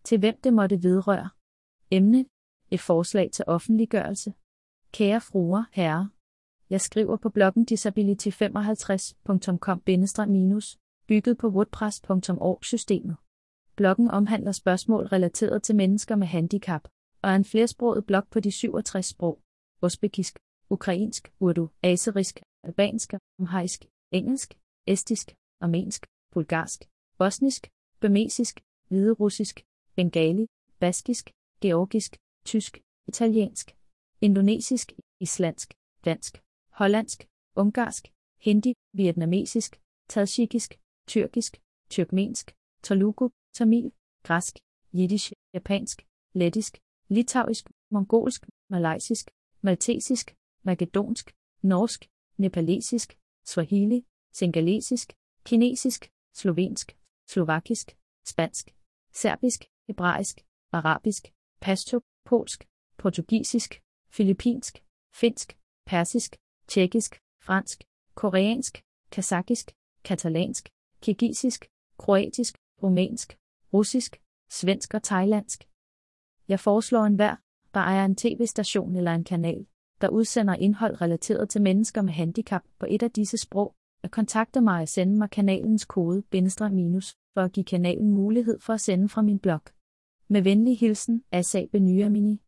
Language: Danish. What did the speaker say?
Til hvem det måtte vedrøre. Emne: et forslag til offentliggørelse. Kære fruer, herrer. Jeg skriver på bloggen disability55.com- bygget på wordpress.org-systemet. Bloggen omhandler spørgsmål relateret til mennesker med handicap, og er en flersproget blog på de 67 sprog: usbekisk, ukrainsk, urdu, azerisk, albansk, amharisk, engelsk, estisk, armensk, bulgarsk, bosnisk, burmesisk, hviderussisk, bengali, baskisk, georgisk, tysk, italiensk, indonesisk, islandsk, dansk, hollandsk, ungarsk, hindi, vietnamesisk, tadsjikisk, tyrkisk, turkmensk, telugu, tamil, græsk, jiddisch, japansk, lettisk, litauisk, mongolsk, malaysisk, maltesisk, makedonsk, norsk, nepalesisk, swahili, singalesisk, kinesisk, slovensk, slovakisk, spansk, serbisk, hebraisk, arabisk, pashto, polsk, portugisisk, filippinsk, finsk, persisk, tjekkisk, fransk, koreansk, kazakisk, katalansk, kirgisisk, kroatisk, rumænsk, russisk, svensk og thailandsk. Jeg foreslår enhver, der ejer en tv-station eller en kanal, der udsender indhold relateret til mennesker med handicap på et af disse sprog, at kontakte mig og sende mig kanalens kode -- for at give kanalen mulighed for at sende fra min blog. Med venlig hilsen, Asa Benyamini.